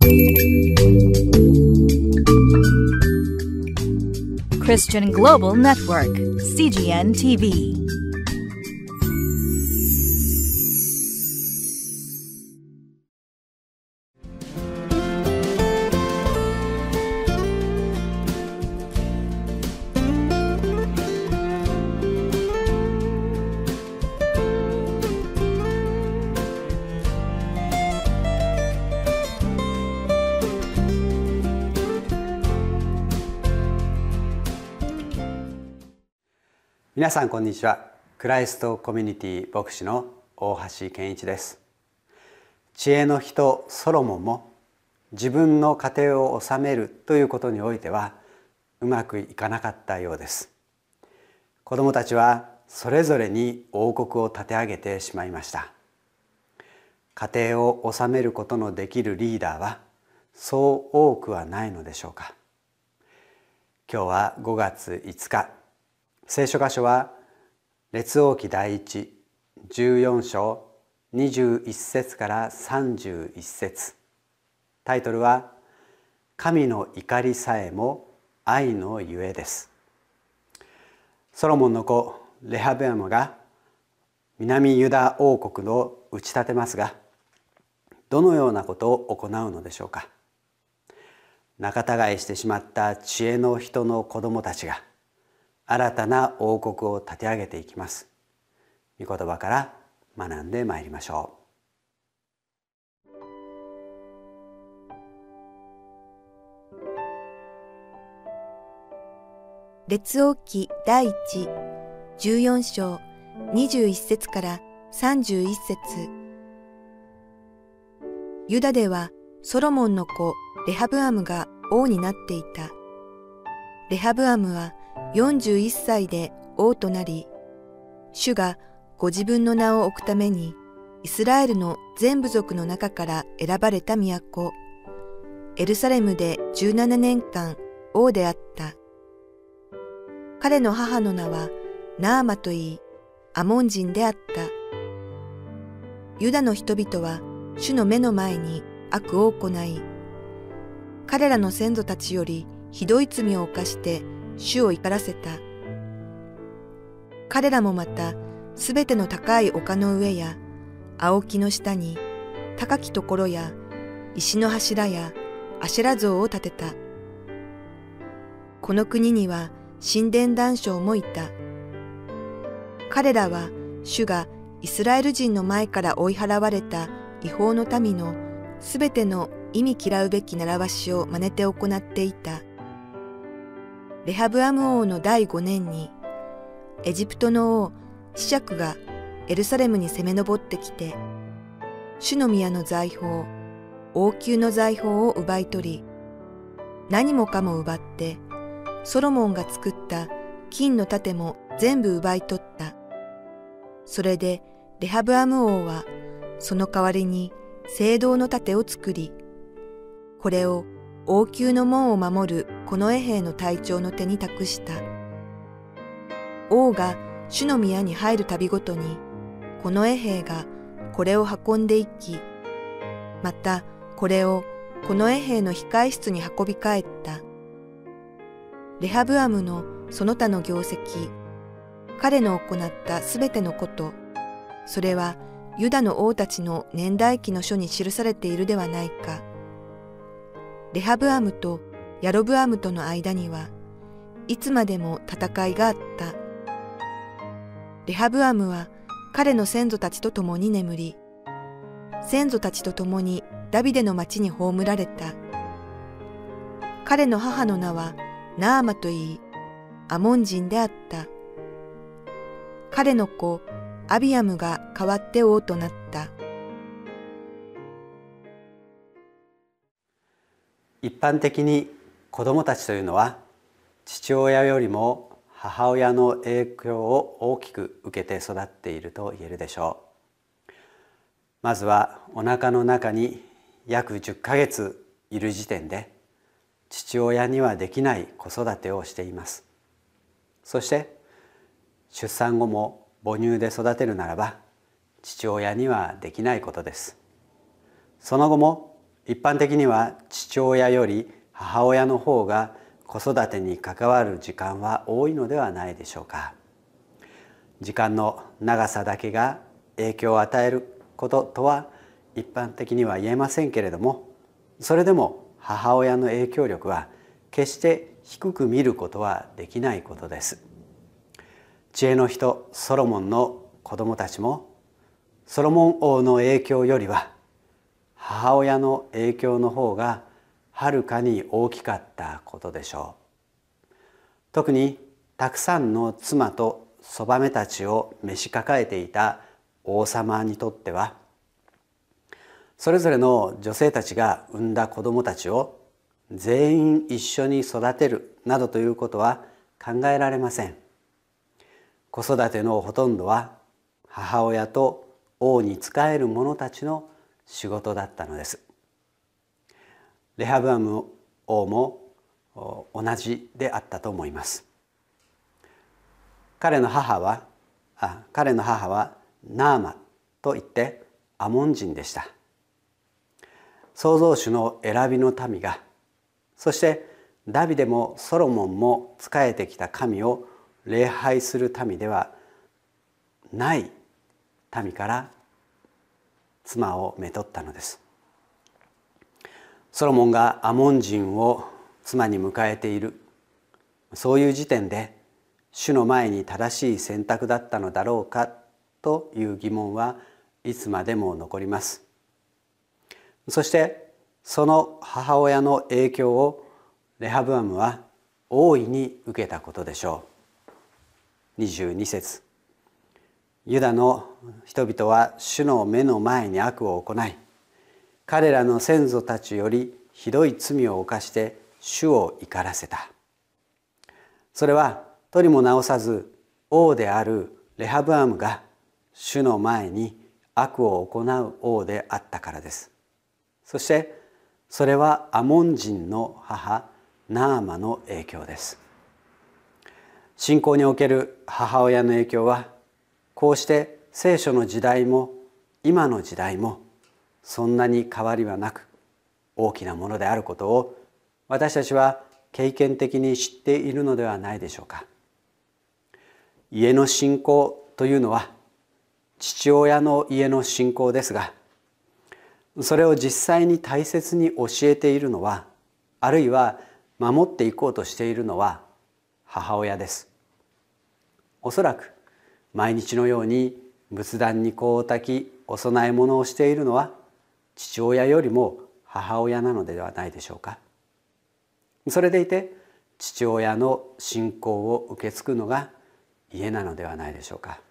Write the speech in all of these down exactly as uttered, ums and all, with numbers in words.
Christian Global Network シージーエヌ ティーブイ。 皆さんこんにちは。クライストコミュニティ牧師の大橋健一です。知恵の人ソロモンも自分の家庭を治めるということにおいてはうまくいかなかったようです。子供たちはそれぞれに王国を立て上げてしまいました。家庭を治めることのできるリーダーはそう多くはないのでしょうか。今日はごがついつか、聖書箇所は列王記第一じゅうよん章にじゅういっ節からさんじゅういっ節。タイトルは神の怒りさえも愛のゆえです。ソロモンの子レハブアムが南ユダ王国を打ち立てますが、どのようなことを行うのでしょうか。仲違いしてしまった知恵の人の子供たちが新たな王国を立て上げていきます。御言葉から学んでまいりましょう。 列王記第一じゅうよん章にじゅういっ節からさんじゅういっ節。ユダではソロモンの子レハブアムが王になっていた。レハブアムはよんじゅういっさいで王となり、主がご自分の名を置くためにイスラエルの全部族の中から選ばれた都、エルサレムでじゅうななねんかん王であった。彼の母の名はナーマといい、アモン人であった。ユダの人々は主の目の前に悪を行い、彼らの先祖たちよりひどい罪を犯して主を怒らせた。彼らもまたすべての高い丘の上や青木の下に高きところや石の柱やアシェラ像を建てた。この国には神殿男将もいた。彼らは主がイスラエル人の前から追い払われた違法の民のすべての忌み嫌うべき習わしを真似て行っていた。レハブアム王のだいごねんに、エジプトの王シシャクがエルサレムに攻め上ってきて、主の宮の財宝、王宮の財宝を奪い取り、何もかも奪って、ソロモンが作った金の盾も全部奪い取った。それでレハブアム王はその代わりに聖堂の盾を作り、これを王宮の門を守る近衛兵の隊長の手に託した。王が主の宮に入るたびごとに、近衛兵がこれを運んでいき、またこれを近衛兵の控え室に運び帰った。レハブアムのその他の業績、彼の行ったすべてのこと、それはユダの王たちの年代記の書に記されているではないか。レハブアムとヤロブアムとの間にはいつまでも戦いがあった。レハブアムは彼の先祖たちと共に眠り、先祖たちと共にダビデの町に葬られた。彼の母の名はナーマといい、アモン人であった。彼の子アビアムが代わって王となった。 一般的に子どもたちというのは父親よりも母親の影響を大きく受けて育っていると言えるでしょう。まずはお腹の中に約じゅっかげついる時点で父親にはできない子育てをしています。そして出産後も母乳で育てるならば父親にはできないことです。その後も一般的には父親より母親の方が子育てに関わる時間は多いのではないでしょうか。時間の長さだけが影響を与えることとは一般的には言えませんけれども、それでも母親の影響力は決して低く見ることはできないことです。知恵の人ソロモンの子供たちもソロモン王の影響よりは母親の影響の方がはるかに大きかったことでしょう。特にたくさんの妻とそばめたちを召し抱えていた王様にとっては、それぞれの女性たちが産んだ子供たちを全員一緒に育てるなどということは考えられません。子育てのほとんどは母親と王に仕える者たちの仕事だったのです。レハブアム王も同じであったと思います。彼の母はあ彼の母はナーマといってアモン人でした。創造主の選びの民が、そしてダビデもソロモンも仕えてきた神を礼拝する民ではない民から妻をめとったのです。ソロモンがアモン人を妻に迎えている、そういう時点で主の前に正しい選択だったのだろうかという疑問はいつまでも残ります。そしてその母親の影響をレハブアムは大いに受けたことでしょう。にじゅうに節、ユダの人々は主の目の前に悪を行い、彼らの先祖たちよりひどい罪を犯して主を怒らせた。それはとりも直さず王であるレハブアムが主の前に悪を行う王であったからです。そしてそれはアモン人の母ナーマの影響です。信仰における母親の影響はこうして聖書の時代も今の時代もそんなに変わりはなく大きなものであることを私たちは経験的に知っているのではないでしょうか。家の信仰というのは父親の家の信仰ですが、それを実際に大切に教えているのは、あるいは守っていこうとしているのは母親です。おそらく毎日のように仏壇に香を焚きお供え物をしているのは父親よりも母親なのではないでしょうか。それでいて父親の信仰を受け継ぐのが家なのではないでしょうか。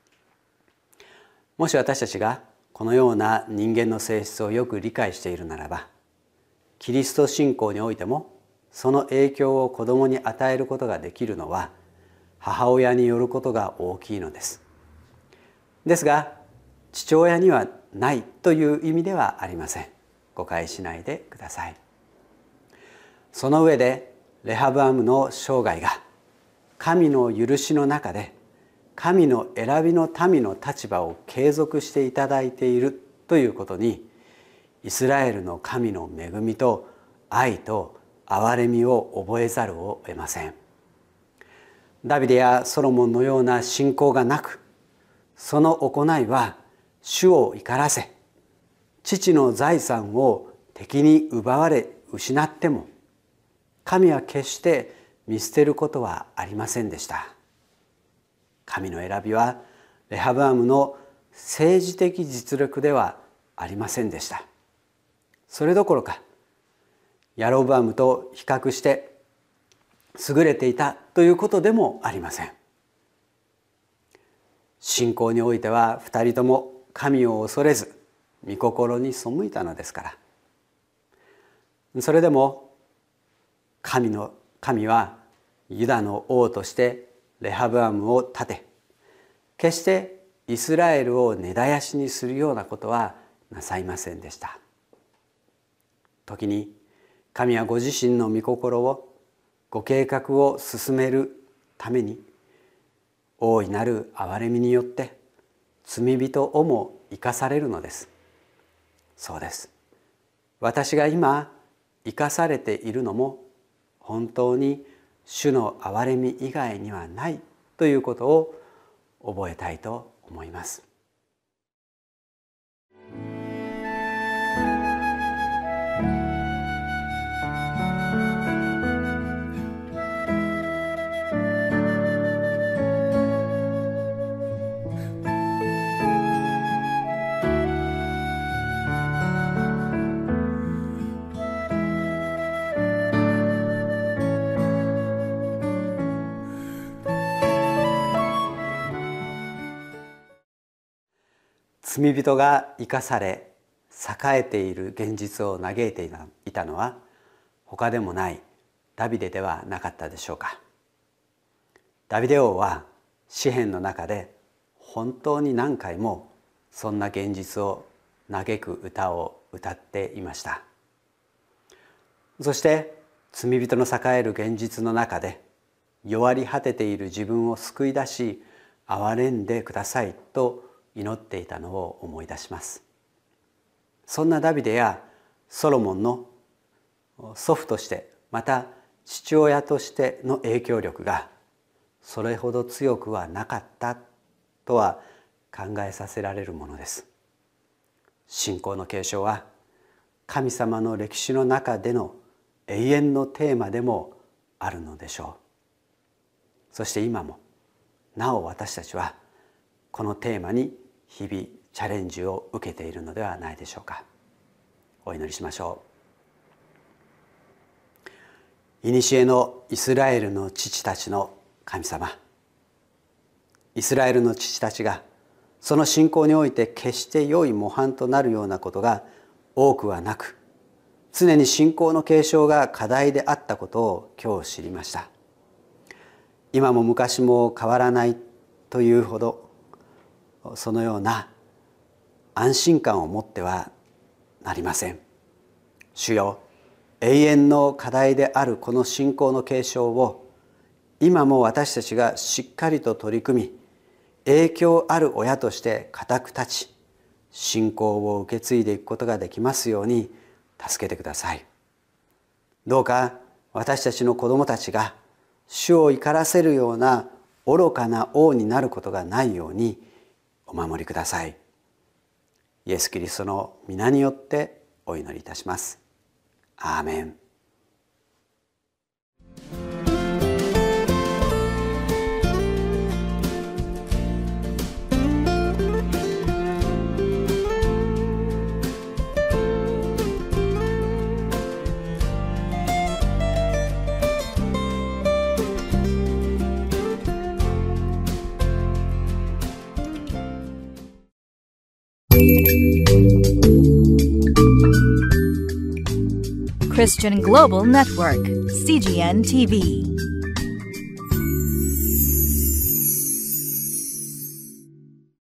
もし私たちがこのような人間の性質をよく理解しているならば、キリスト信仰においてもその影響を子供に与えることができるのは母親によることが大きいのです。ですが父親にはないという意味ではありません。誤解しないでください。その上でレハブアムの生涯が神の許しの中で神の選びの民の立場を継続していただいているということに、イスラエルの神の恵みと愛と憐れみを覚えざるを得ません。ダビデやソロモンのような信仰がなく、その行いは主を怒らせ、父の財産を敵に奪われ失っても神は決して見捨てることはありませんでした。神の選びはレハブアムの政治的実力ではありませんでした。それどころかヤロブアムと比較して優れていたということでもありません。信仰においては二人とも神を恐れず御心に背いたのですから。それでも神の神はユダの王としてレハブアムを立て、決してイスラエルを根絶やしにするようなことはなさいませんでした。時に神はご自身の御心をご計画を進めるために大いなる憐れみによって罪人をも生かされるのです。そうです。 私が今生かされているのも本当に主の憐れみ以外にはないということを覚えたいと思います。罪人が生かされ栄えている現実を嘆いていたのは他でもないダビデではなかったでしょうか。ダビデ王は詩篇の中で本当に何回もそんな現実を嘆く歌を歌っていました。そして罪人の栄える現実の中で弱り果てている自分を救い出し憐れんでくださいと祈っていたのを思い出します。そんなダビデやソロモンの祖父としてまた父親としての影響力がそれほど強くはなかったとは考えさせられるものです。信仰の継承は神様の歴史の中での永遠のテーマでもあるのでしょう。そして今もなお私たちはこのテーマに日々チャレンジを受けているのではないでしょうか。お祈りしましょう。古のイスラエルの父たちの神様、イスラエルの父たちがその信仰において決して良い模範となるようなことが多くはなく、常に信仰の継承が課題であったことを今日知りました。今も昔も変わらないというほどそのような安心感を持ってはなりません。主よ、永遠の課題であるこの信仰の継承を今も私たちがしっかりと取り組み、影響ある親として固く立ち、信仰を受け継いでいくことができますように助けてください。どうか私たちの子どもたちが主を怒らせるような愚かな王になることがないようにお守りください。イエス・キリストの皆によってお祈りいたします。アーメン。 Christian Global Network, C G N T V.